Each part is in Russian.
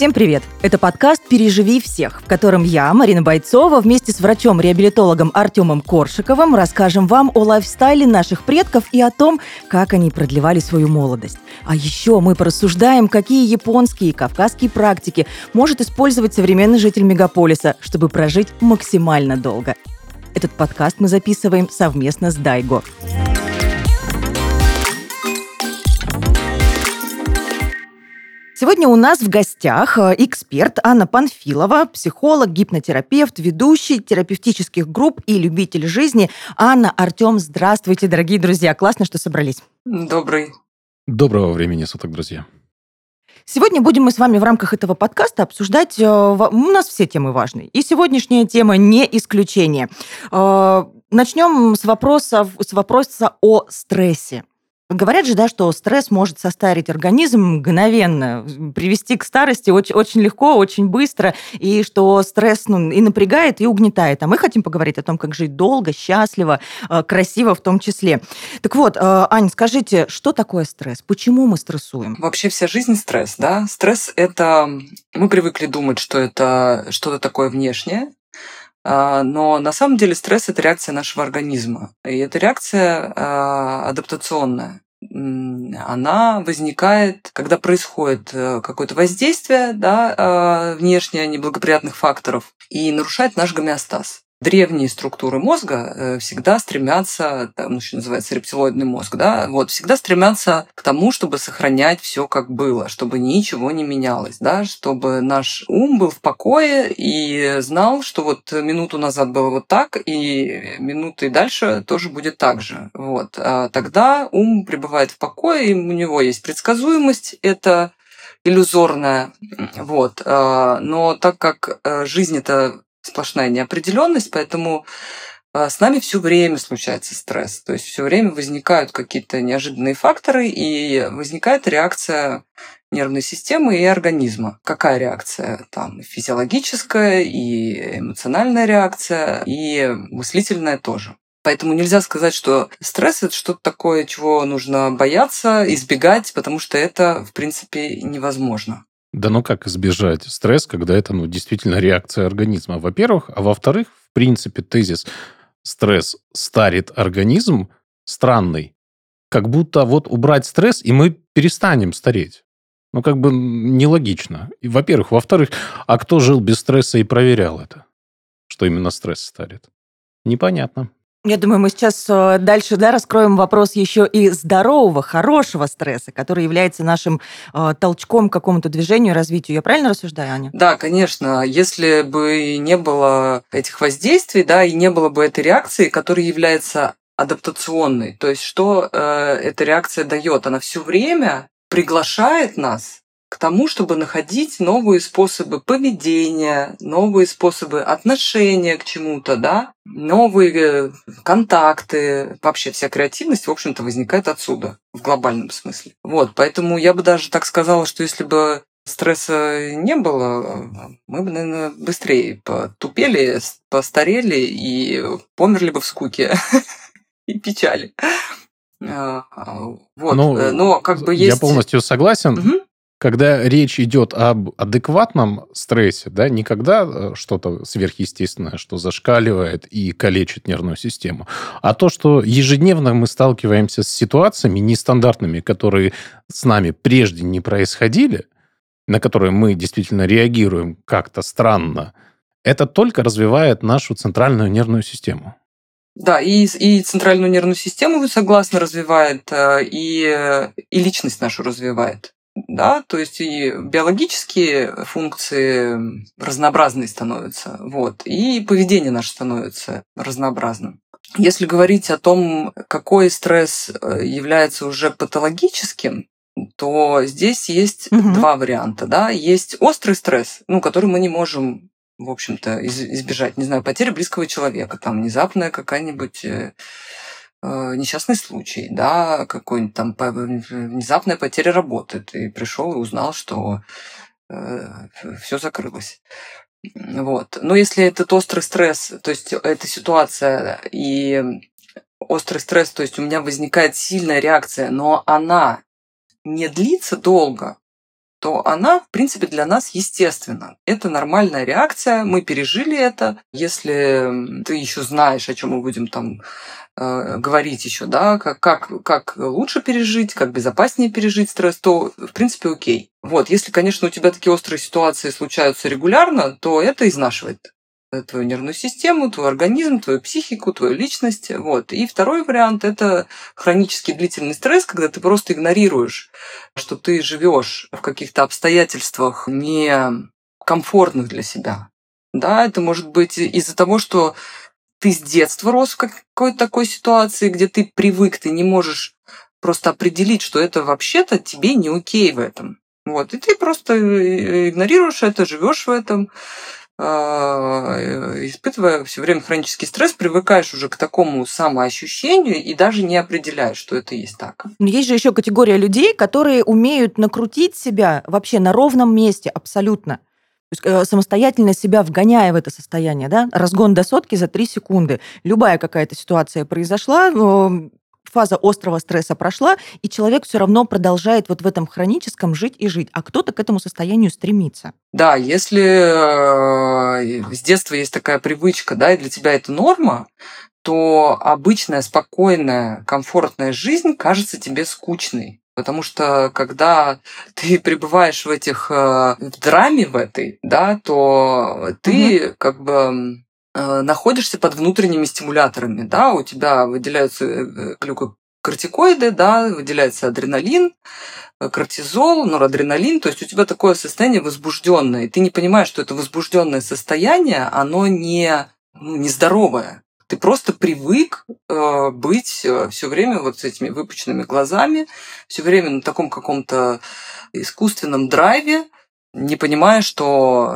Всем привет! Это подкаст «Переживи всех», в котором я, Марина Бойцова, вместе с врачом-реабилитологом Артемом Коршиковым расскажем вам о лайфстайле наших предков и о том, как они продлевали свою молодость. А еще мы порассуждаем, какие японские и кавказские практики может использовать современный житель мегаполиса, чтобы прожить максимально долго. Этот подкаст мы записываем совместно с Дайго. Сегодня у нас в гостях эксперт Анна Панфилова, психолог, гипнотерапевт, ведущий терапевтических групп и любитель жизни. Анна, Артем, здравствуйте, дорогие друзья. Классно, что собрались. Доброго времени суток, друзья. Сегодня будем мы с вами в рамках этого подкаста обсуждать, у нас все темы важны, и сегодняшняя тема не исключение. Начнем с вопроса о стрессе. Говорят же, да, что стресс может состарить организм мгновенно, привести к старости очень легко, очень быстро, и что стресс и напрягает, и угнетает. А мы хотим поговорить о том, как жить долго, счастливо, красиво в том числе. Так вот, Ань, скажите, что такое стресс? Почему мы стрессуем? Вообще вся жизнь стресс, да? Стресс – это... Мы привыкли думать, что это что-то такое внешнее, но на самом деле стресс – это реакция нашего организма. И эта реакция адаптационная. Она возникает, когда происходит какое-то воздействие, да, внешне неблагоприятных факторов и нарушает наш гомеостаз. Древние структуры мозга всегда стремятся, еще называется рептилоидный мозг, да, всегда стремятся к тому, чтобы сохранять все как было, чтобы ничего не менялось, да, чтобы наш ум был в покое и знал, что минуту назад было вот так, и минуты дальше тоже будет так же. Тогда ум пребывает в покое, и у него есть предсказуемость, это иллюзорная, но так как жизнь это сплошная неопределенность, поэтому с нами все время случается стресс. То есть все время возникают какие-то неожиданные факторы, и возникает реакция нервной системы и организма. Какая реакция? Там физиологическая, и эмоциональная реакция, и мыслительная тоже. Поэтому нельзя сказать, что стресс – это что-то такое, чего нужно бояться, избегать, потому что это, в принципе, невозможно. Да как избежать стресс, когда это действительно реакция организма, во-первых. А во-вторых, в принципе, тезис «стресс старит организм» странный. Как будто убрать стресс, и мы перестанем стареть. Нелогично. И, во-первых. Во-вторых, а кто жил без стресса и проверял это? Что именно стресс старит? Непонятно. Я думаю, мы сейчас дальше раскроем вопрос еще и здорового, хорошего стресса, который является нашим толчком к какому-то движению, развитию. Я правильно рассуждаю, Аня? Да, конечно. Если бы не было этих воздействий, да, и не было бы этой реакции, которая является адаптационной, то есть что эта реакция дает? Она все время приглашает нас к тому, чтобы находить новые способы поведения, новые способы отношения к чему-то, да, новые контакты. Вообще вся креативность, в общем-то, возникает отсюда, в глобальном смысле. Поэтому я бы даже так сказала, что если бы стресса не было, мы бы, наверное, быстрее потупели, постарели и померли бы в скуке и печали. Я полностью согласен. Угу. Когда речь идет об адекватном стрессе, да, не когда что-то сверхъестественное, что зашкаливает и калечит нервную систему, а то, что ежедневно мы сталкиваемся с ситуациями нестандартными, которые с нами прежде не происходили, на которые мы действительно реагируем как-то странно, это только развивает нашу центральную нервную систему. Да, и центральную нервную систему, согласно, развивает, и личность нашу развивает. Да, то есть и биологические функции разнообразные становятся, и поведение наше становится разнообразным. Если говорить о том, какой стресс является уже патологическим, то здесь есть два варианта. Да? Есть острый стресс, который мы не можем, в общем-то, избежать. Не знаю, потеря близкого человека, внезапная какая-нибудь... несчастный случай, да, какой-нибудь внезапная потеря работы. Ты пришел и узнал, что все закрылось. Но если этот острый стресс, то есть эта ситуация и острый стресс, то есть у меня возникает сильная реакция, но она не длится долго, то она, в принципе, для нас естественна. Это нормальная реакция, мы пережили это. Если ты еще знаешь, о чем мы будем там говорить еще, да, как лучше пережить, как безопаснее пережить стресс, то, в принципе, окей. Вот, если, конечно, у тебя такие острые ситуации случаются регулярно, то это изнашивает твою нервную систему, твой организм, твою психику, твою личность. Вот. И второй вариант – это хронический длительный стресс, когда ты просто игнорируешь, что ты живешь в каких-то обстоятельствах некомфортных для себя. Да, это может быть из-за того, что ты с детства рос в какой-то такой ситуации, где ты привык, ты не можешь просто определить, что это вообще-то тебе не окей в этом. Вот. И ты просто игнорируешь это, живешь в этом, испытывая все время хронический стресс, привыкаешь уже к такому самоощущению и даже не определяешь, что это есть так. Но есть же еще категория людей, которые умеют накрутить себя вообще на ровном месте абсолютно. То есть, самостоятельно себя вгоняя в это состояние, да, разгон до сотки за 3 секунды. Любая какая-то ситуация произошла, фаза острого стресса прошла, и человек все равно продолжает вот в этом хроническом жить и жить. А кто-то к этому состоянию стремится. Да, если с детства есть такая привычка, да, и для тебя это норма, то обычная, спокойная, комфортная жизнь кажется тебе скучной. Потому что когда ты пребываешь в драме в этой, да, то ты как бы находишься под внутренними стимуляторами, да, у тебя выделяются глюкокортикоиды, да, выделяется адреналин, кортизол, норадреналин, то есть у тебя такое состояние возбужденное, и ты не понимаешь, что это возбужденное состояние, оно нездоровое. Ты просто привык быть все время вот с этими выпученными глазами, все время на таком каком-то искусственном драйве, не понимая, что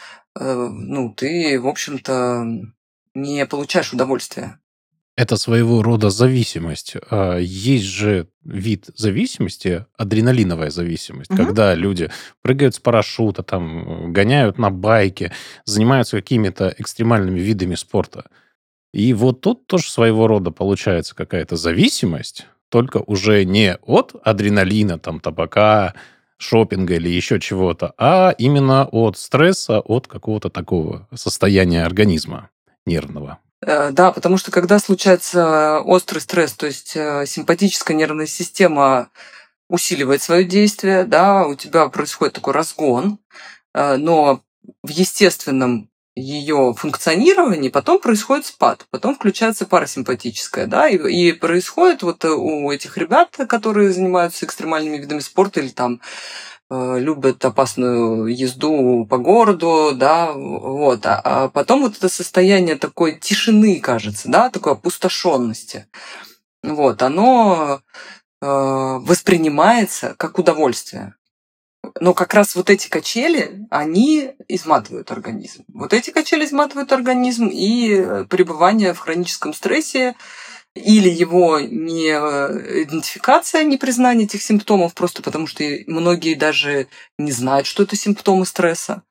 ты, в общем-то, не получаешь удовольствия. Это своего рода зависимость. Есть же вид зависимости, адреналиновая зависимость, когда люди прыгают с парашюта, там, гоняют на байке, занимаются какими-то экстремальными видами спорта. И вот тут тоже своего рода получается какая-то зависимость, только уже не от адреналина, там, табака, шопинга или еще чего-то, а именно от стресса, от какого-то такого состояния организма нервного. Да, потому что когда случается острый стресс, то есть симпатическая нервная система усиливает свое действие, да, у тебя происходит такой разгон, но в естественном ее функционировании потом происходит спад, потом включается парасимпатическая, да, и происходит вот у этих ребят, которые занимаются экстремальными видами спорта или там любят опасную езду по городу, да, вот. А потом вот это состояние такой тишины, кажется, да, такой опустошенности, вот, оно воспринимается как удовольствие. Но как раз вот эти качели, они изматывают организм. Вот эти качели изматывают организм, и пребывание в хроническом стрессе или его не идентификация, не признание этих симптомов, просто потому что многие даже не знают, что это симптомы стресса.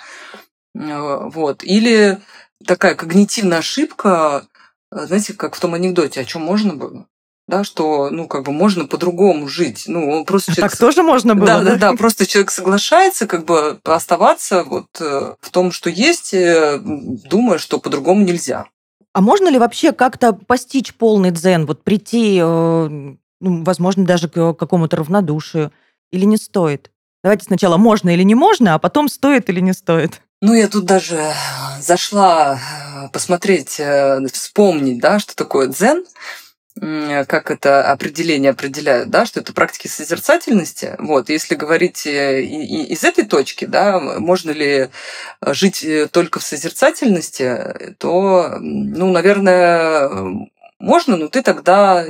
Вот. Или такая когнитивная ошибка, знаете, как в том анекдоте, о чем можно было? Да, что, можно по-другому жить. Просто так тоже можно было, да? Да, просто человек соглашается оставаться вот в том, что есть, думая, что по-другому нельзя. А можно ли вообще как-то постичь полный дзен, вот прийти, возможно, даже к какому-то равнодушию, или не стоит? Давайте сначала можно или не можно, а потом стоит или не стоит. Я тут даже зашла посмотреть, вспомнить, да, что такое дзен, как это определение определяют, да, что это практики созерцательности. Вот, если говорить из этой точки, да, можно ли жить только в созерцательности, то, наверное, можно, но ты тогда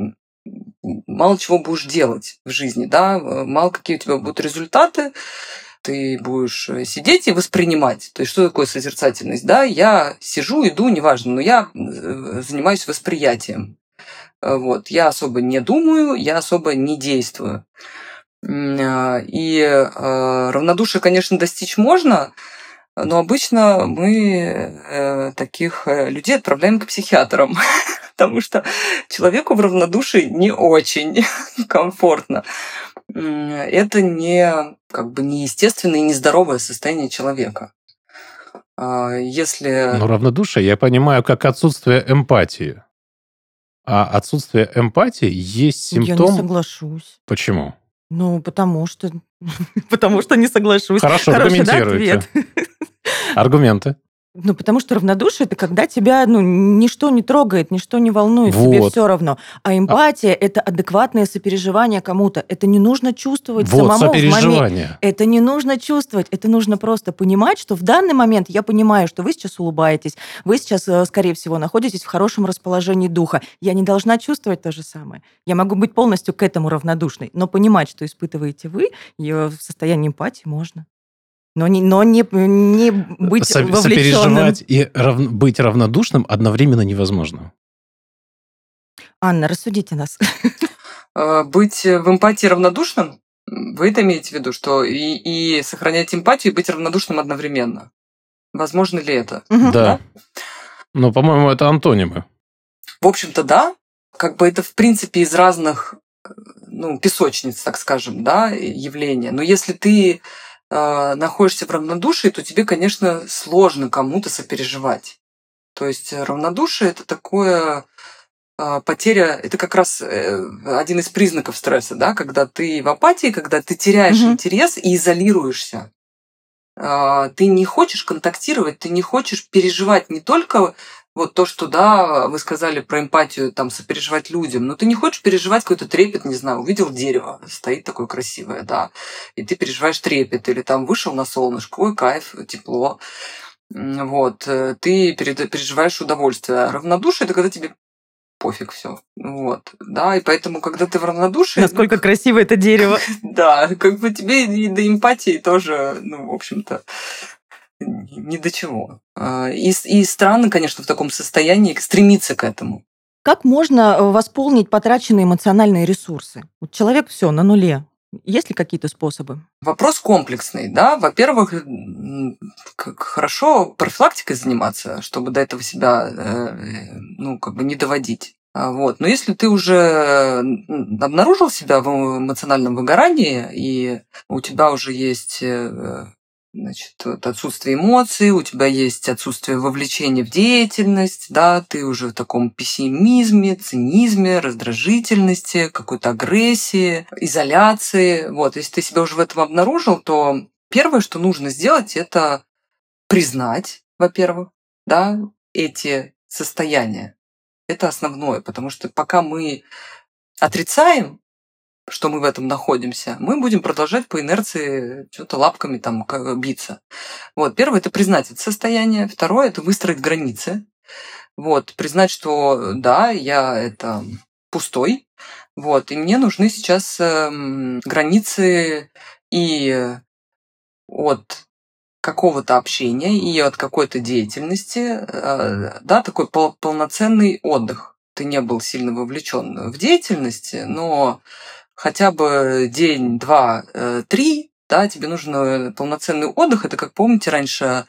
мало чего будешь делать в жизни, да, мало какие у тебя будут результаты, ты будешь сидеть и воспринимать. То есть, что такое созерцательность? Да, я сижу, иду, неважно, но я занимаюсь восприятием. Вот. Я особо не думаю, я особо не действую. И равнодушие, конечно, достичь можно, но обычно мы таких людей отправляем к психиатрам, потому что человеку в равнодушии не очень комфортно. Это не как бы неестественное и нездоровое состояние человека. Если... Но равнодушие я понимаю как отсутствие эмпатии. А отсутствие эмпатии есть Я не симптом... соглашусь. Почему? Ну, потому что... Потому что не соглашусь. Хорошо, Хороший, да, аргументируйте. ответ? Аргументы. Ну, потому что равнодушие – это когда тебя ничто не трогает, ничто не волнует, тебе Вот. все равно. А эмпатия – это адекватное сопереживание кому-то. Это не нужно чувствовать Вот, самому в момент. сопереживание. Это не нужно чувствовать, это нужно просто понимать, что в данный момент я понимаю, что вы сейчас улыбаетесь, вы сейчас, скорее всего, находитесь в хорошем расположении духа. Я не должна чувствовать то же самое. Я могу быть полностью к этому равнодушной, но понимать, что испытываете вы, и в состоянии эмпатии можно. Но не быть вовлеченным. Сопереживать и быть равнодушным одновременно невозможно. Анна, рассудите нас. Быть в эмпатии равнодушным? Вы это имеете в виду, что и сохранять эмпатию, и быть равнодушным одновременно? Возможно ли это? Да. Но, по-моему, это антонимы. В общем-то, да. Как бы это, в принципе, из разных песочниц, так скажем, да, явления. Но если ты находишься в равнодушии, то тебе, конечно, сложно кому-то сопереживать. То есть равнодушие – это такое потеря, это как раз один из признаков стресса, да, когда ты в апатии, когда ты теряешь интерес и изолируешься. Ты не хочешь контактировать, ты не хочешь переживать не только вот то, что, да, вы сказали про эмпатию, там, сопереживать людям, но ты не хочешь переживать какой-то трепет, не знаю, увидел дерево, стоит такое красивое, да, и ты переживаешь трепет, или там вышел на солнышко, ой, кайф, тепло, вот, ты переживаешь удовольствие. Равнодушие – это когда тебе пофиг все, вот, да, и поэтому, когда ты в равнодушии... Насколько красиво это дерево. Да, как бы тебе и до эмпатии тоже, в общем-то, ни до чего. И странно, конечно, в таком состоянии стремиться к этому. Как можно восполнить потраченные эмоциональные ресурсы? Вот человек все на нуле. Есть ли какие-то способы? Вопрос комплексный, да. Во-первых, хорошо профилактикой заниматься, чтобы до этого себя, не доводить. Вот. Но если ты уже обнаружил себя в эмоциональном выгорании, и у тебя уже есть отсутствие эмоций, у тебя есть отсутствие вовлечения в деятельность, да, ты уже в таком пессимизме, цинизме, раздражительности, какой-то агрессии, изоляции. Вот, если ты себя уже в этом обнаружил, то первое, что нужно сделать, это признать, во-первых, да, эти состояния. Это основное, потому что пока мы отрицаем, что мы в этом находимся, мы будем продолжать по инерции что-то лапками там биться. Вот, первое – это признать это состояние. Второе – это выстроить границы. Вот, признать, что да, я это пустой, вот, и мне нужны сейчас границы и от какого-то общения, и от какой-то деятельности, да, такой полноценный отдых. Ты не был сильно вовлечен в деятельность, но хотя бы день, два, три, да, тебе нужен полноценный отдых. Это, как помните, раньше,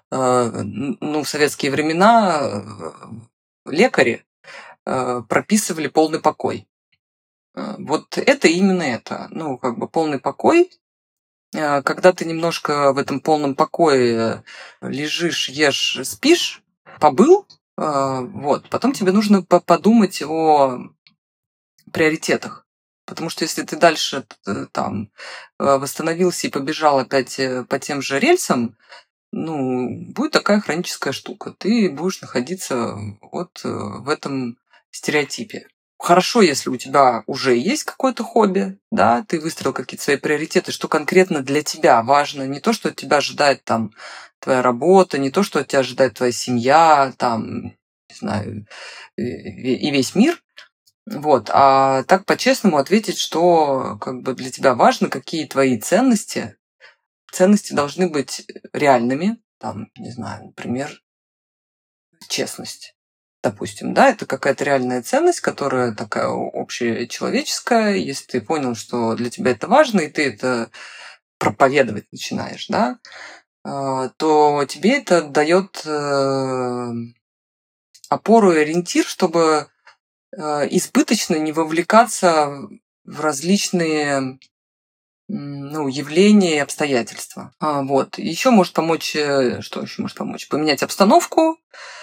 в советские времена лекари прописывали полный покой. Вот это именно это. Полный покой. Когда ты немножко в этом полном покое лежишь, ешь, спишь, побыл, вот, потом тебе нужно подумать о приоритетах. Потому что если ты дальше там восстановился и побежал опять по тем же рельсам, будет такая хроническая штука. Ты будешь находиться вот в этом стереотипе. Хорошо, если у тебя уже есть какое-то хобби, да, ты выстроил какие-то свои приоритеты, что конкретно для тебя важно. Не то, что от тебя ожидает там твоя работа, не то, что от тебя ожидает твоя семья, там, не знаю, и весь мир. Вот, а так по-честному ответить, что как бы для тебя важно, какие твои ценности. Ценности должны быть реальными, там, не знаю, например, честность. Допустим, да, это какая-то реальная ценность, которая такая общечеловеческая. Если ты понял, что для тебя это важно, и ты это проповедовать начинаешь, да, то тебе это дает опору и ориентир, чтобы избыточно не вовлекаться в различные явления и обстоятельства. Вот. Еще может помочь, что еще может помочь? Поменять обстановку,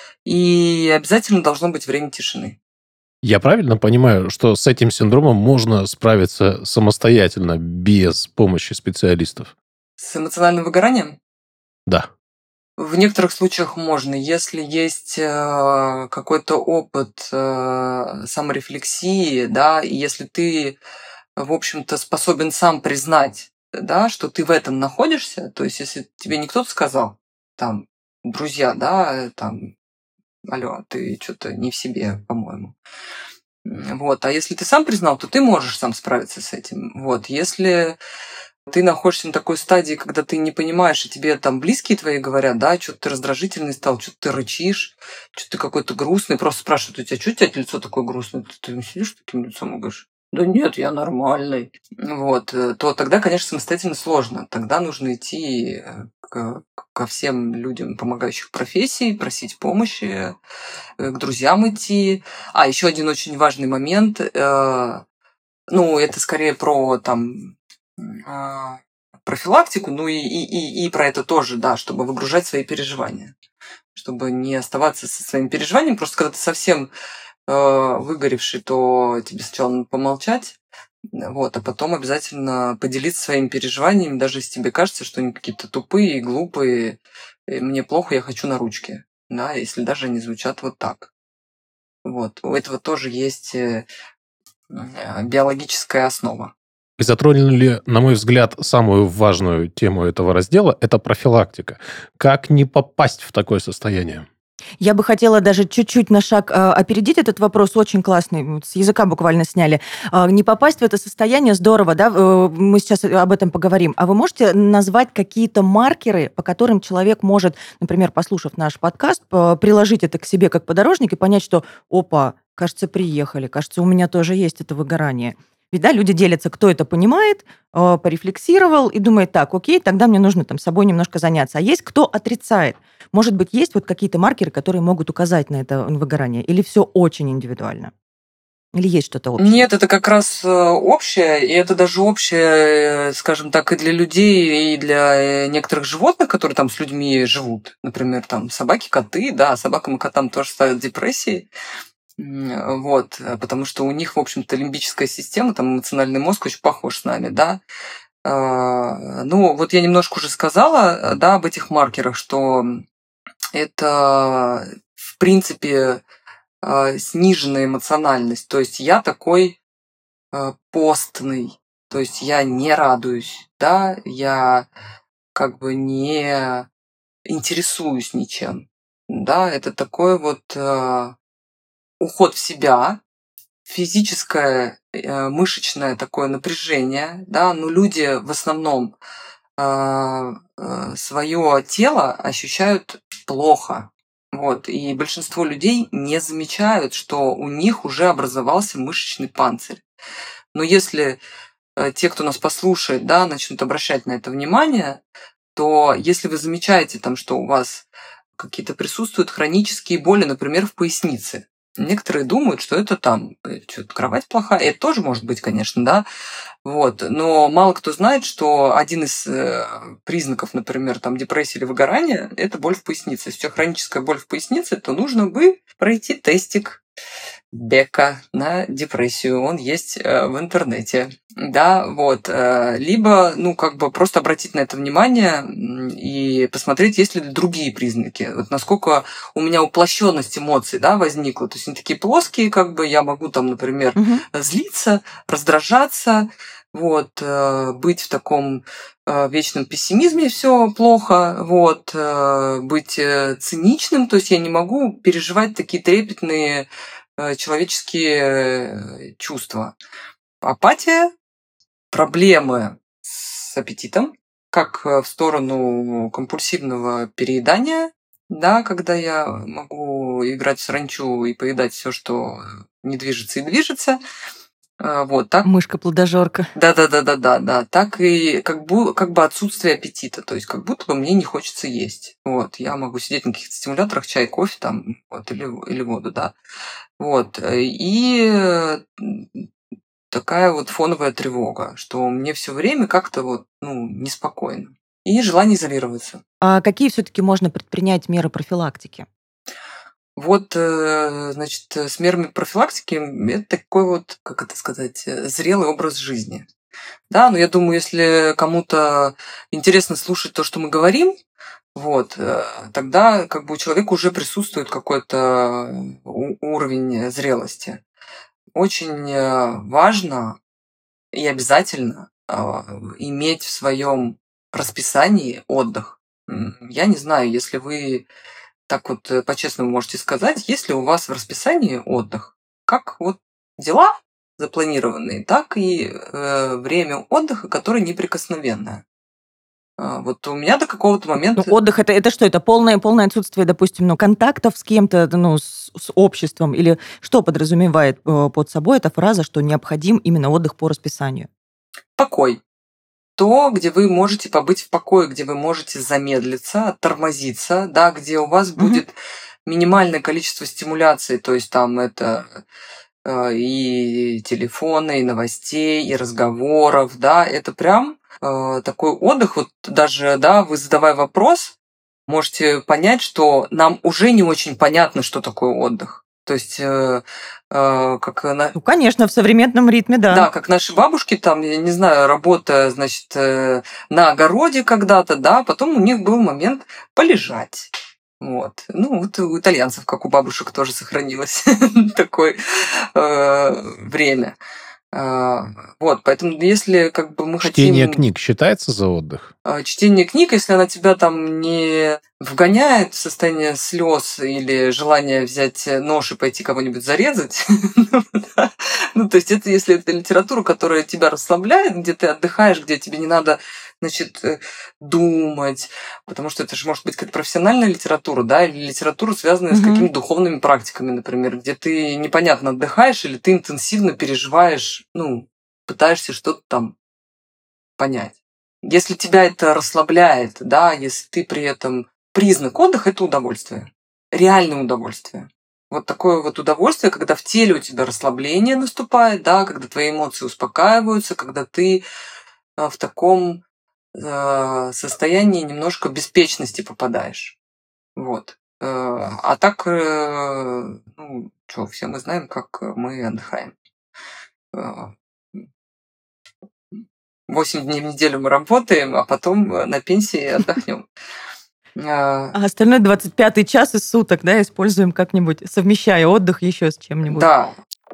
и обязательно должно быть время тишины. Я правильно понимаю, что с этим синдромом можно справиться самостоятельно, без помощи специалистов? С эмоциональным выгоранием? Да. В некоторых случаях можно, если есть какой-то опыт саморефлексии, да, и если ты, в общем-то, способен сам признать, да, что ты в этом находишься, то есть если тебе не кто-то сказал, там, друзья, да, там, алло, ты что-то не в себе, по-моему. Вот. А если ты сам признал, то ты можешь сам справиться с этим. Вот. Если ты находишься на такой стадии, когда ты не понимаешь, и тебе там близкие твои говорят, да, что-то ты раздражительный стал, что-то ты рычишь, что-то ты какой-то грустный, просто спрашивают у тебя, что у тебя лицо такое грустное? Ты сидишь таким лицом и говоришь, да нет, я нормальный. Вот, то тогда, конечно, самостоятельно сложно. Тогда нужно идти ко всем людям помогающих профессий, просить помощи, к друзьям идти. А еще один очень важный момент, это скорее про там профилактику, и про это тоже, да, чтобы выгружать свои переживания, чтобы не оставаться со своими переживаниями. Просто когда ты совсем выгоревший, то тебе сначала надо помолчать, вот, а потом обязательно поделиться своими переживаниями, даже если тебе кажется, что они какие-то тупые, глупые, и мне плохо, я хочу на ручки, да, если даже они звучат вот так. Вот, у этого тоже есть биологическая основа. Вы затронули, на мой взгляд, самую важную тему этого раздела – это профилактика. Как не попасть в такое состояние? Я бы хотела даже чуть-чуть на шаг опередить этот вопрос, очень классный, с языка буквально сняли. Не попасть в это состояние здорово, да, мы сейчас об этом поговорим. А вы можете назвать какие-то маркеры, по которым человек может, например, послушав наш подкаст, приложить это к себе как подорожник и понять, что, опа, кажется, приехали, кажется, у меня тоже есть это выгорание. Ведь, да, люди делятся, кто это понимает, порефлексировал и думает, так, окей, тогда мне нужно там собой немножко заняться. А есть кто отрицает. Может быть, есть вот какие-то маркеры, которые могут указать на это выгорание? Или все очень индивидуально? Или есть что-то общее? Нет, это как раз общее, и это даже общее, скажем так, и для людей, и для некоторых животных, которые там с людьми живут. Например, там собаки, коты, да, собакам и котам тоже ставят депрессии. Вот, потому что у них, в общем-то, лимбическая система, там эмоциональный мозг очень похож с нами, да. Вот я немножко уже сказала, да, об этих маркерах, что это, в принципе, сниженная эмоциональность. То есть я такой постный, то есть я не радуюсь, да, я как бы не интересуюсь ничем. Да, это такой вот уход в себя, физическое, мышечное такое напряжение, да, но люди в основном свое тело ощущают плохо. Вот, и большинство людей не замечают, что у них уже образовался мышечный панцирь. Но если те, кто нас послушает, да, начнут обращать на это внимание, то если вы замечаете, там, что у вас какие-то присутствуют хронические боли, например, в пояснице, некоторые думают, что это там что-то кровать плохая. Это тоже может быть, конечно, да. Вот. Но мало кто знает, что один из признаков, например, там, депрессии или выгорания – это боль в пояснице. Если у тебя хроническая боль в пояснице, то нужно бы пройти тестик Бека на депрессию. Он есть в интернете. Да, вот. Либо, просто обратить на это внимание и посмотреть, есть ли другие признаки. Вот насколько у меня уплощенность эмоций, да, возникла. То есть они такие плоские, я могу там, например, злиться, раздражаться, вот, быть в таком вечном пессимизме, все плохо, вот, быть циничным, то есть я не могу переживать такие трепетные человеческие чувства. Апатия, проблемы с аппетитом, как в сторону компульсивного переедания, да, когда я могу играть в саранчу и поедать все, что не движется и движется. Вот, так. Мышка-плодожорка. Да. Так и как бы отсутствие аппетита. То есть как будто бы мне не хочется есть. Вот, я могу сидеть на каких-то стимуляторах, чай, кофе там, вот, или воду, да. Вот. И такая вот фоновая тревога, что мне все время как-то вот, неспокойно. И желание изолироваться. А какие все-таки можно предпринять меры профилактики? Вот, значит, с мерами профилактики это такой вот, как это сказать, зрелый образ жизни. Да, но я думаю, если кому-то интересно слушать то, что мы говорим, вот, тогда как бы у человека уже присутствует какой-то уровень зрелости. Очень важно и обязательно иметь в своем расписании отдых. Я не знаю, если вы так вот по-честному можете сказать, есть ли у вас в расписании отдых? Как вот дела запланированные, так и время отдыха, которое неприкосновенное. Вот у меня до какого-то момента... Отдых это что? Это полное отсутствие, допустим, контактов с кем-то, с обществом? Или что подразумевает под собой эта фраза, что необходим именно отдых по расписанию? Покой. То, где вы можете побыть в покое, где вы можете замедлиться, оттормозиться, да, где у вас будет минимальное количество стимуляций, то есть там это и телефона, и новостей, и разговоров, да, это прям такой отдых, вот даже, да, вы задавая вопрос, можете понять, что нам уже не очень понятно, что такое отдых. То есть, как... конечно, в современном ритме, да. Да, как наши бабушки, там, я не знаю, работая, значит, на огороде когда-то, да, потом у них был момент полежать. Вот. Вот у итальянцев, как у бабушек, тоже сохранилось такое время. Вот, поэтому если как бы мы хотим... Чтение книг считается за отдых? Чтение книг, если она тебя там не вгоняет в состояние слез или желание взять нож и пойти кого-нибудь зарезать, то есть это если это литература, которая тебя расслабляет, где ты отдыхаешь, где тебе не надо, значит, думать, потому что это же может быть какая-то профессиональная литература, да, или литература, связанная с какими-то духовными практиками, например, где ты непонятно отдыхаешь или ты интенсивно переживаешь, пытаешься что-то там понять. Если тебя это расслабляет, да, если ты при этом... Признак отдыха – это удовольствие. Реальное удовольствие. Вот такое вот удовольствие, когда в теле у тебя расслабление наступает, да, когда твои эмоции успокаиваются, когда ты в таком состоянии немножко беспечности попадаешь. Вот. А так, все мы знаем, как мы отдыхаем. 8 дней в неделю мы работаем, а потом на пенсии отдохнем. А остальной 25-й час из суток, да, используем как-нибудь, совмещая отдых еще с чем-нибудь. Да.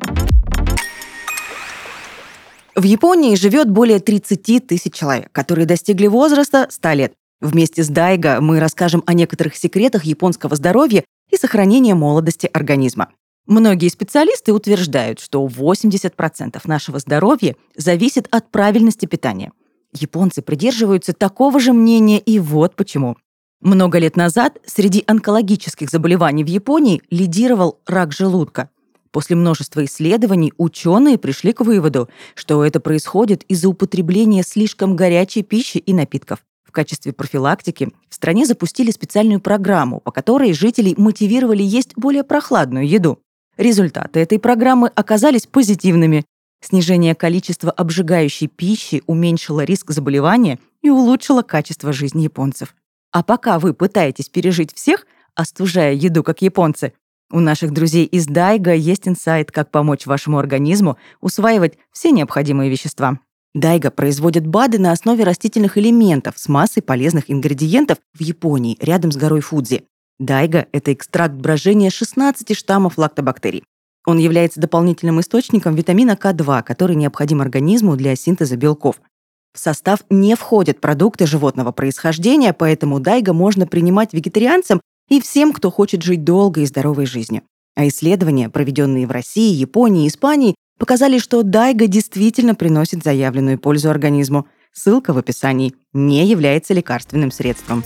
В Японии живет более 30 тысяч человек, которые достигли возраста 100 лет. Вместе с Дайго мы расскажем о некоторых секретах японского здоровья и сохранения молодости организма. Многие специалисты утверждают, что 80% нашего здоровья зависит от правильности питания. Японцы придерживаются такого же мнения, и вот почему. Много лет назад среди онкологических заболеваний в Японии лидировал рак желудка. После множества исследований ученые пришли к выводу, что это происходит из-за употребления слишком горячей пищи и напитков. В качестве профилактики в стране запустили специальную программу, по которой жителей мотивировали есть более прохладную еду. Результаты этой программы оказались позитивными. Снижение количества обжигающей пищи уменьшило риск заболевания и улучшило качество жизни японцев. А пока вы пытаетесь пережить всех, остужая еду, как японцы, у наших друзей из Дайго есть инсайт, как помочь вашему организму усваивать все необходимые вещества. Дайго производит БАДы на основе растительных элементов с массой полезных ингредиентов в Японии, рядом с горой Фудзи. Дайго – это экстракт брожения 16 штаммов лактобактерий. Он является дополнительным источником витамина К2, который необходим организму для синтеза белков. В состав не входят продукты животного происхождения, поэтому Дайго можно принимать вегетарианцам и всем, кто хочет жить долгой и здоровой жизнью. А исследования, проведенные в России, Японии и Испании, показали, что Дайго действительно приносит заявленную пользу организму. Ссылка в описании. Не является лекарственным средством.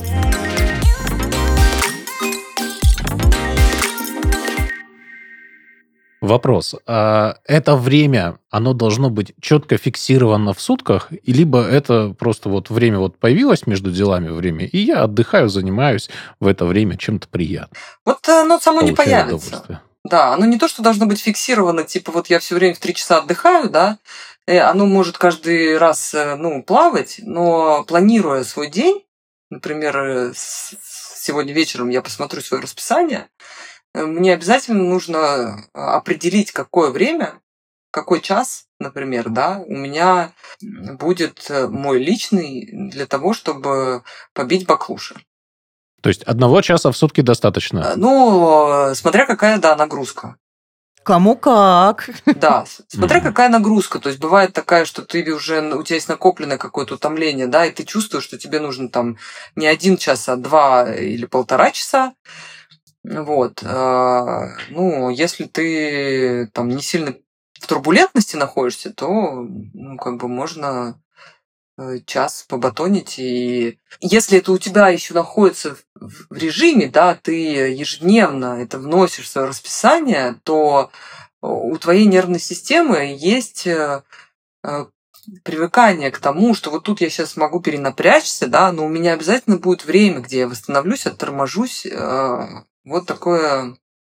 Вопрос. А это время, оно должно быть четко фиксировано в сутках, либо это просто вот время вот появилось между делами время, и я отдыхаю, занимаюсь в это время чем-то приятным? Вот оно само не Получаю появится. удовольствие. Да, оно не то, что должно быть фиксировано, типа вот я все время в 3 часа отдыхаю, да, оно может каждый раз, плавать, но планируя свой день, например, сегодня вечером я посмотрю свое расписание, мне обязательно нужно определить, какое время, какой час, например, да, у меня будет мой личный для того, чтобы побить баклуши. То есть 1 часа в сутки достаточно? Смотря какая, да, нагрузка. Кому как. Да, смотря какая нагрузка. То есть бывает такая, что у тебя есть накопленное какое-то утомление, да, и ты чувствуешь, что тебе нужно там не 1 час, а 2 или 1,5 часа. Вот. Если ты там не сильно в турбулентности находишься, то, можно час побатонить. И если это у тебя еще находится в режиме, да, ты ежедневно это вносишь в свое расписание, то у твоей нервной системы есть привыкание к тому, что вот тут я сейчас могу перенапрячься, да, но у меня обязательно будет время, где я восстановлюсь, отторможусь. Вот такое,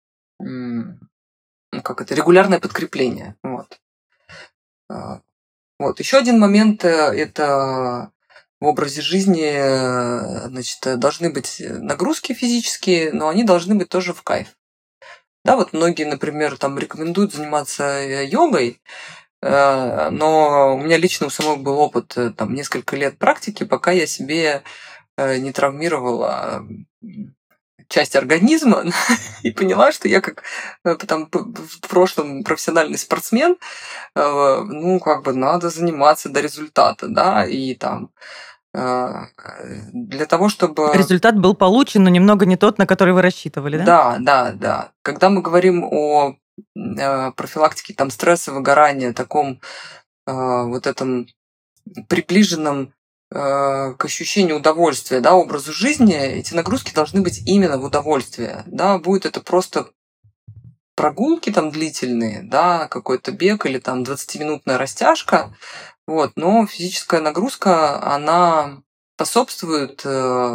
регулярное подкрепление. Вот. Еще один момент – это в образе жизни, должны быть нагрузки физические, но они должны быть тоже в кайф. Да, вот многие, например, там рекомендуют заниматься йогой, но у меня лично у самого был опыт там несколько лет практики, пока я себе не травмировала часть организма и поняла, что я как там в прошлом профессиональный спортсмен, надо заниматься до результата, да, и там для того, чтобы... Результат был получен, но немного не тот, на который вы рассчитывали, да? Да. Когда мы говорим о профилактике там стресса, выгорания, таком вот этом приближенном к ощущению удовольствия, да, образу жизни, эти нагрузки должны быть именно в удовольствие, да, будет это просто прогулки там длительные, да, какой-то бег или там 20-минутная растяжка, вот, но физическая нагрузка, она способствует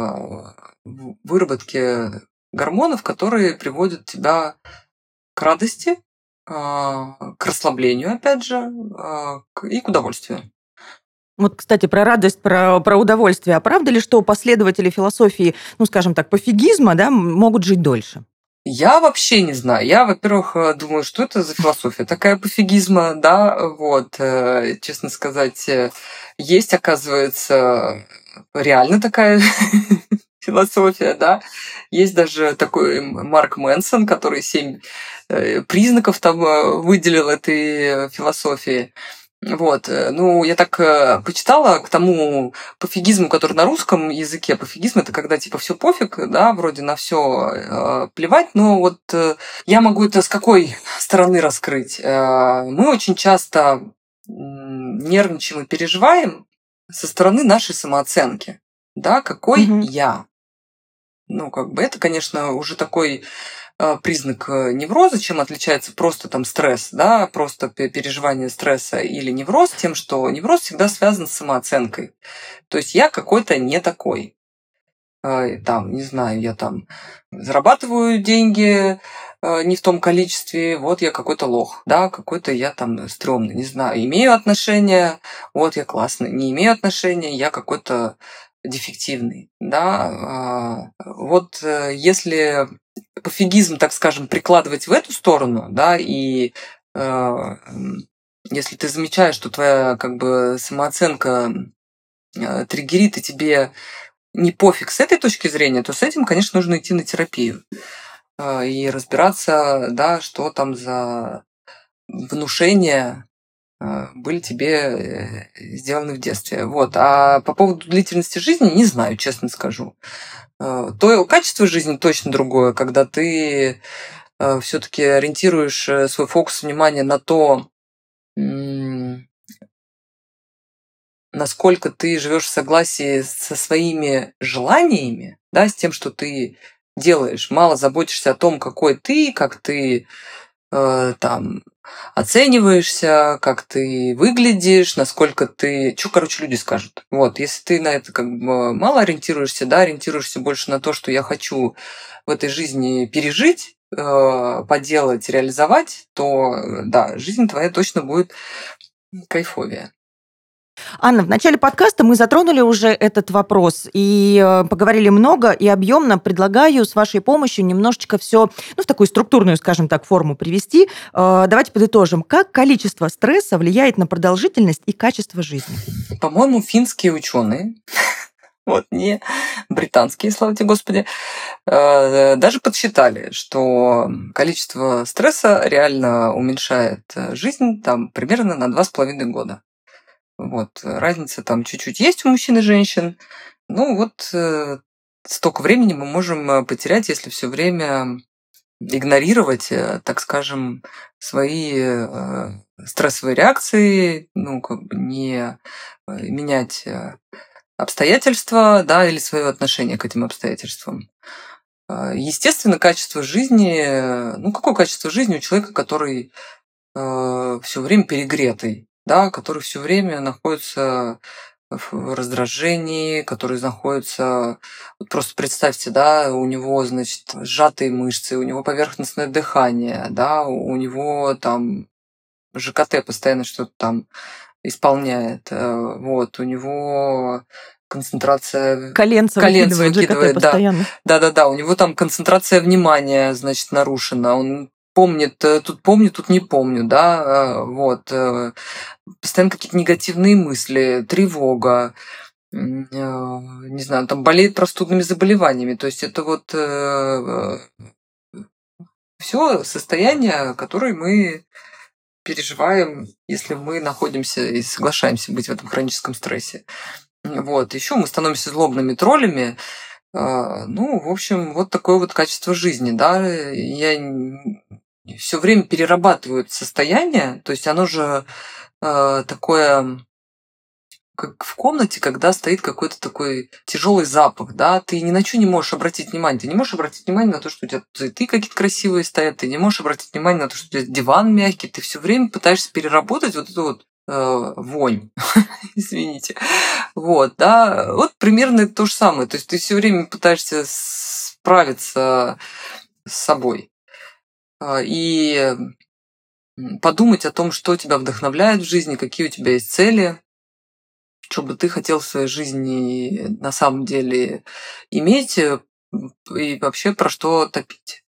выработке гормонов, которые приводят тебя к радости, к расслаблению, опять же, и к удовольствию. Вот, кстати, про радость, про удовольствие. А правда ли, что последователи философии, скажем так, пофигизма, да, могут жить дольше? Я вообще не знаю. Я, во-первых, думаю, что это за философия такая пофигизма, да, вот, честно сказать, есть, оказывается, реально такая философия, да. Есть даже такой Марк Мэнсон, который 7 признаков там выделил этой философии. Вот, я так почитала к тому пофигизму, который на русском языке. Пофигизм – это когда типа все пофиг, да, вроде на все плевать. Но вот я могу это с какой стороны раскрыть? Мы очень часто нервничаем и переживаем со стороны нашей самооценки, да, какой я. Это, конечно, уже такой признак невроза, чем отличается просто там стресс, да, просто переживание стресса или невроз, тем, что невроз всегда связан с самооценкой. То есть я какой-то не такой. Там, не знаю, я там зарабатываю деньги не в том количестве, вот я какой-то лох, да, какой-то я там стрёмный, не знаю, имею отношения, вот я классный, не имею отношения, я какой-то дефективный, да. Вот если пофигизм, так скажем, прикладывать в эту сторону, да, и если ты замечаешь, что твоя самооценка триггерит, и тебе не пофиг с этой точки зрения, то с этим, конечно, нужно идти на терапию и разбираться, да, что там за внушения были тебе сделаны в детстве. Вот. А по поводу длительности жизни не знаю, честно скажу. То качество жизни точно другое, когда ты все-таки ориентируешь свой фокус внимания на то, насколько ты живешь в согласии со своими желаниями, да, с тем, что ты делаешь. Мало заботишься о том, какой ты, как ты там оцениваешься, как ты выглядишь, насколько ты... Что, люди скажут. Вот, если ты на это мало ориентируешься, да, ориентируешься больше на то, что я хочу в этой жизни пережить, поделать, реализовать, то да, жизнь твоя точно будет кайфовее. Анна, в начале подкаста мы затронули уже этот вопрос и поговорили много и объемно. Предлагаю с вашей помощью немножечко все, в такую структурную, скажем так, форму привести. Давайте подытожим. Как количество стресса влияет на продолжительность и качество жизни? По-моему, финские ученые, вот не британские, слава тебе Господи, даже подсчитали, что количество стресса реально уменьшает жизнь там примерно на 2,5 года. Вот. Разница там чуть-чуть есть у мужчин и женщин. Столько времени мы можем потерять, если все время игнорировать, так скажем, свои стрессовые реакции, не менять обстоятельства, да, или свое отношение к этим обстоятельствам. Естественно, качество жизни, какое качество жизни у человека, который все время перегретый, да, который все время находится в раздражении, который находится... Просто представьте, да, у него, значит, сжатые мышцы, у него поверхностное дыхание, да, у него там ЖКТ постоянно что-то там исполняет, у него концентрация... Коленца выкидывает ЖКТ постоянно. Да, у него там концентрация внимания, значит, нарушена, он помнит, тут не помню, да, постоянно какие-то негативные мысли, тревога, не знаю, там болеет простудными заболеваниями, то есть это все состояния, которые мы переживаем, если мы находимся и соглашаемся быть в этом хроническом стрессе. Еще мы становимся злобными троллями. В общем, вот такое вот качество жизни, да. Я все время перерабатываю это состояние, то есть оно же такое, как в комнате, когда стоит какой-то такой тяжелый запах, да, ты ни на что не можешь обратить внимание. Ты не можешь обратить внимание на то, что у тебя цветы какие-то красивые стоят, ты не можешь обратить внимание на то, что у тебя диван мягкий, ты все время пытаешься переработать вот эту вот вонь, извините. Примерно то же самое. То есть ты все время пытаешься справиться с собой и подумать о том, что тебя вдохновляет в жизни, какие у тебя есть цели, что бы ты хотел в своей жизни на самом деле иметь и вообще про что топить.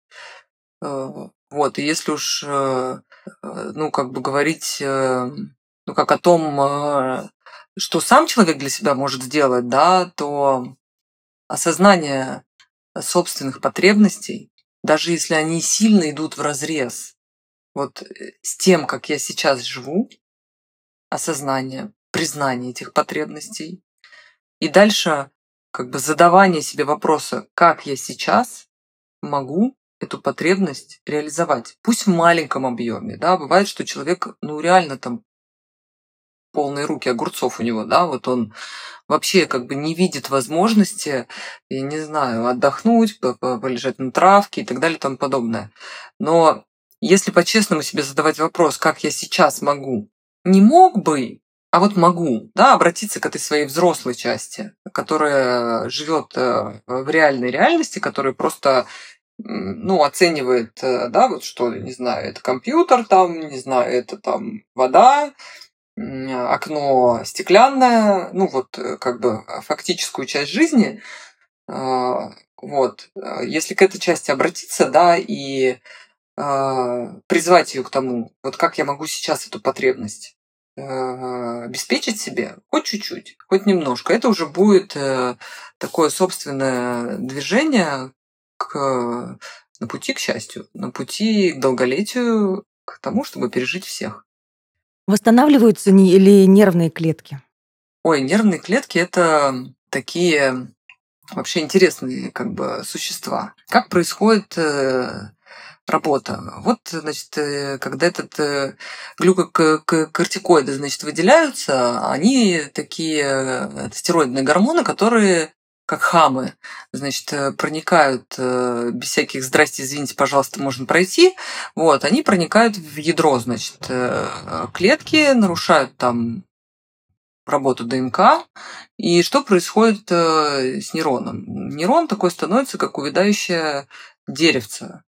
И если уж, говорить, как о том, что сам человек для себя может сделать, да, то осознание собственных потребностей, даже если они сильно идут вразрез с тем, как я сейчас живу, осознание, признание этих потребностей, и дальше задавание себе вопроса, как я сейчас могу эту потребность реализовать. Пусть в маленьком объеме, да, бывает, что человек, реально там полные руки огурцов у него, да, он вообще не видит возможности, я не знаю, отдохнуть, полежать на травке и так далее и тому подобное. Но если по-честному себе задавать вопрос, как я сейчас могу, не мог бы, а могу, да, обратиться к этой своей взрослой части, которая живет в реальной реальности, которая просто оценивает, да, что, не знаю, это компьютер, там, не знаю, это там вода, окно стеклянное, фактическую часть жизни. Если к этой части обратиться, да, и призвать ее к тому, как я могу сейчас эту потребность обеспечить себе, хоть чуть-чуть, хоть немножко, это уже будет такое собственное движение на пути к счастью, на пути к долголетию, к тому, чтобы пережить всех. Восстанавливаются ли нервные клетки? Ой, нервные клетки – это такие вообще интересные существа. Как происходит работа? Когда этот глюкокортикоиды, выделяются, они такие стероидные гормоны, которые как хамы, проникают без всяких «здрасте, извините, пожалуйста, можно пройти», они проникают в ядро, клетки, нарушают там работу ДНК. И что происходит с нейроном? Нейрон такой становится, как увядающее деревце.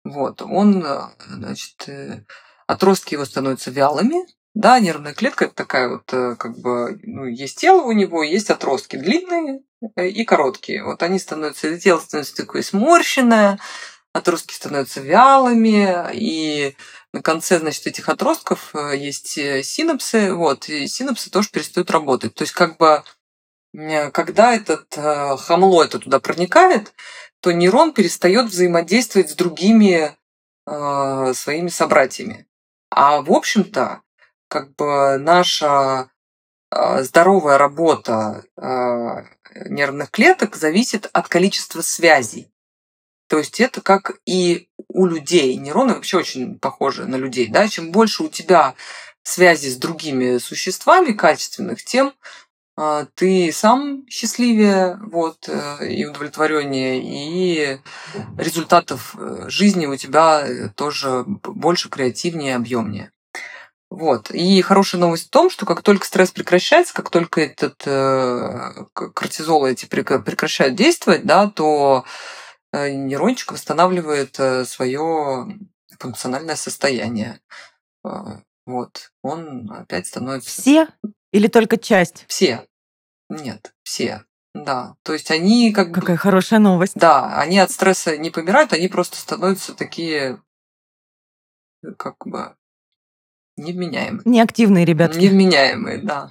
Вот, он, значит, отростки его становятся вялыми, да, нервная клетка это такая вот, как бы, ну, есть тело у него, есть отростки длинные и короткие. Вот они становятся, тело становится такое сморщенное, отростки становятся вялыми, и на конце, значит, этих отростков есть синапсы, вот, и синапсы тоже перестают работать. То есть, как бы, когда этот хамло это туда проникает, то нейрон перестает взаимодействовать с другими своими собратьями. А в общем-то, как бы наша здоровая работа нервных клеток зависит от количества связей. То есть это как и у людей. Нейроны вообще очень похожи на людей. Да? Чем больше у тебя связей с другими существами качественных, тем ты сам счастливее, вот, и удовлетвореннее, и результатов жизни у тебя тоже больше, креативнее, объемнее. Вот. И хорошая новость в том, что как только стресс прекращается, как только этот кортизол эти прекращают действовать, да, то нейрончик восстанавливает свое функциональное состояние. Вот. Он опять становится... Все или только часть? Все. Нет, все. Да. То есть они как бы... Какая хорошая новость. Да, они от стресса не помирают, они просто становятся такие, как бы, невменяемые. Неактивные ребятки. Невменяемые, да.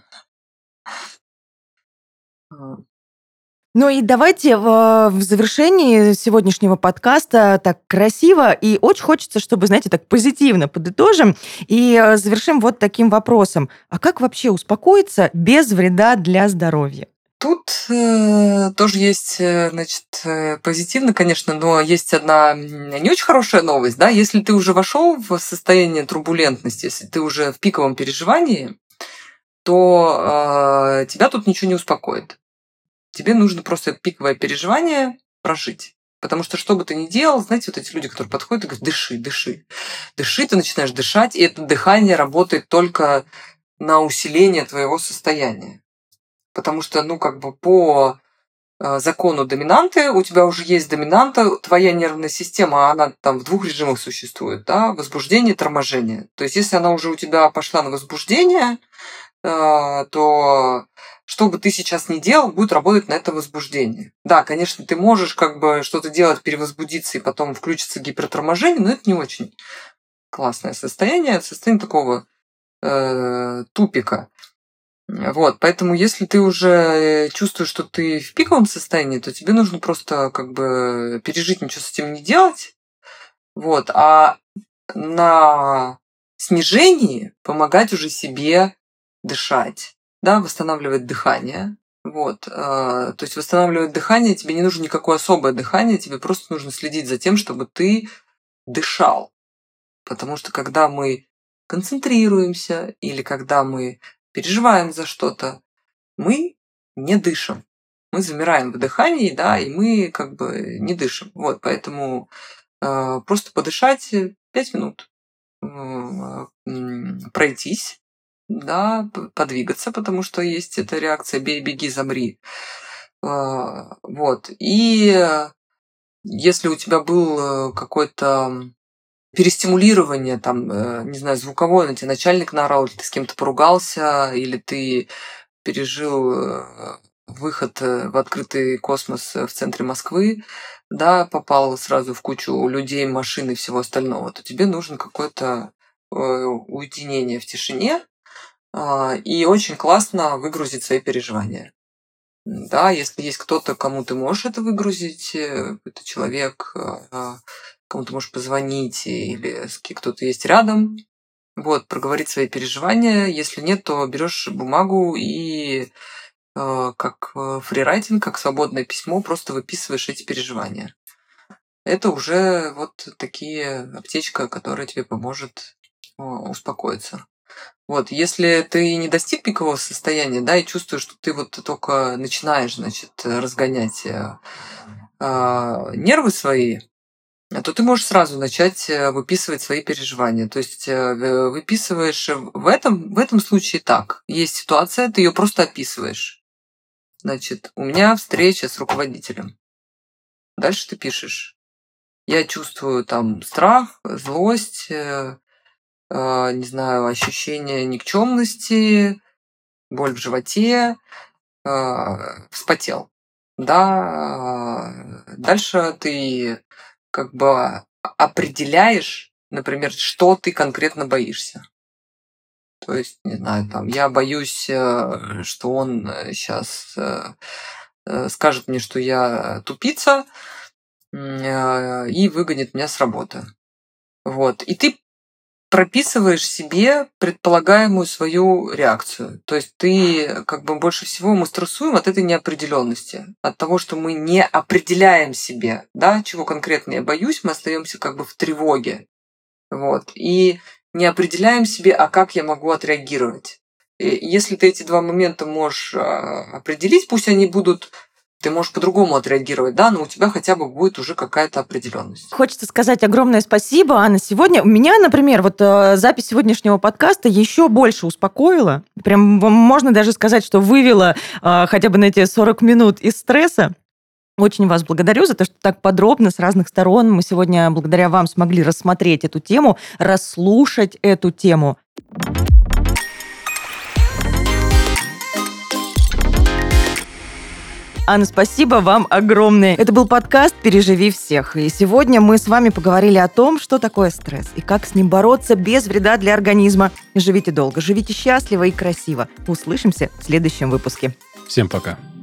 Ну и давайте в завершении сегодняшнего подкаста так красиво и очень хочется, чтобы, знаете, так позитивно подытожим и завершим вот таким вопросом. А как вообще успокоиться без вреда для здоровья? Тут тоже есть, значит, позитивно, конечно, но есть одна не очень хорошая новость, да, если ты уже вошел в состояние турбулентности, если ты уже в пиковом переживании, то тебя тут ничего не успокоит. Тебе нужно просто пиковое переживание прожить. Потому что бы ты ни делал, знаете, вот эти люди, которые подходят и говорят, дыши, дыши. Дыши, ты начинаешь дышать, и это дыхание работает только на усиление твоего состояния. Потому что, ну, как бы по закону доминанты, у тебя уже есть доминанта, твоя нервная система, она там в двух режимах существует, да, возбуждение, торможение. То есть, если она уже у тебя пошла на возбуждение, то что бы ты сейчас ни делал, будет работать на это возбуждение. Да, конечно, ты можешь как бы что-то делать, перевозбудиться и потом включится гиперторможение, но это не очень классное состояние такого тупика. Вот, поэтому если ты уже чувствуешь, что ты в пиковом состоянии, то тебе нужно просто как бы пережить, ничего с этим не делать. Вот, а на снижении помогать уже себе дышать, да, восстанавливать дыхание. Вот, то есть восстанавливать дыхание, тебе не нужно никакое особое дыхание, тебе просто нужно следить за тем, чтобы ты дышал. Потому что когда мы концентрируемся или когда мы переживаем за что-то, мы не дышим. Мы замираем в дыхании, да, и мы как бы не дышим. Вот, поэтому просто подышать 5 минут, пройтись, да, подвигаться, потому что есть эта реакция «бей, беги, замри». Вот. И если у тебя был какой-то перестимулирование, там, не знаю, звуковое, на тебя начальник наорал, или ты с кем-то поругался, или ты пережил выход в открытый космос в центре Москвы, да, попал сразу в кучу людей, машин и всего остального, то тебе нужно какое-то уединение в тишине, и очень классно выгрузить свои переживания. Да, если есть кто-то, кому ты можешь это выгрузить, это человек, кому ты можешь позвонить, или кто-то есть рядом, вот, проговорить свои переживания. Если нет, то берешь бумагу и как фрирайтинг, как свободное письмо, просто выписываешь эти переживания. Это уже вот такие аптечка, которая тебе поможет успокоиться. Вот, если ты не достиг пикового состояния, да, и чувствуешь, что ты вот только начинаешь, значит, разгонять нервы свои, то ты можешь сразу начать выписывать свои переживания. То есть выписываешь в этом случае так. Есть ситуация, ты ее просто описываешь. Значит, у меня встреча с руководителем. Дальше ты пишешь. Я чувствую там страх, злость, не знаю, ощущение никчемности, боль в животе, вспотел. Да, дальше ты как бы определяешь, например, что ты конкретно боишься. То есть, не знаю, там, я боюсь, что он сейчас скажет мне, что я тупица, и выгонит меня с работы. Вот. И ты прописываешь себе предполагаемую свою реакцию. То есть ты как бы больше всего мы стрессуем от этой неопределенности, от того, что мы не определяем себе, да, чего конкретно я боюсь, мы остаемся как бы в тревоге. Вот. И не определяем себе, а как я могу отреагировать. И если ты эти два момента можешь определить, пусть они будут, ты можешь по-другому отреагировать, да, но у тебя хотя бы будет уже какая-то определенность. Хочется сказать огромное спасибо, Анна. Сегодня меня, например, вот запись сегодняшнего подкаста еще больше успокоила. Прям можно даже сказать, что вывела хотя бы на эти 40 минут из стресса. Очень вас благодарю за то, что так подробно с разных сторон мы сегодня благодаря вам смогли рассмотреть эту тему, расслушать эту тему. Анна, спасибо вам огромное. Это был подкаст «Переживи всех». И сегодня мы с вами поговорили о том, что такое стресс и как с ним бороться без вреда для организма. Живите долго, живите счастливо и красиво. Услышимся в следующем выпуске. Всем пока.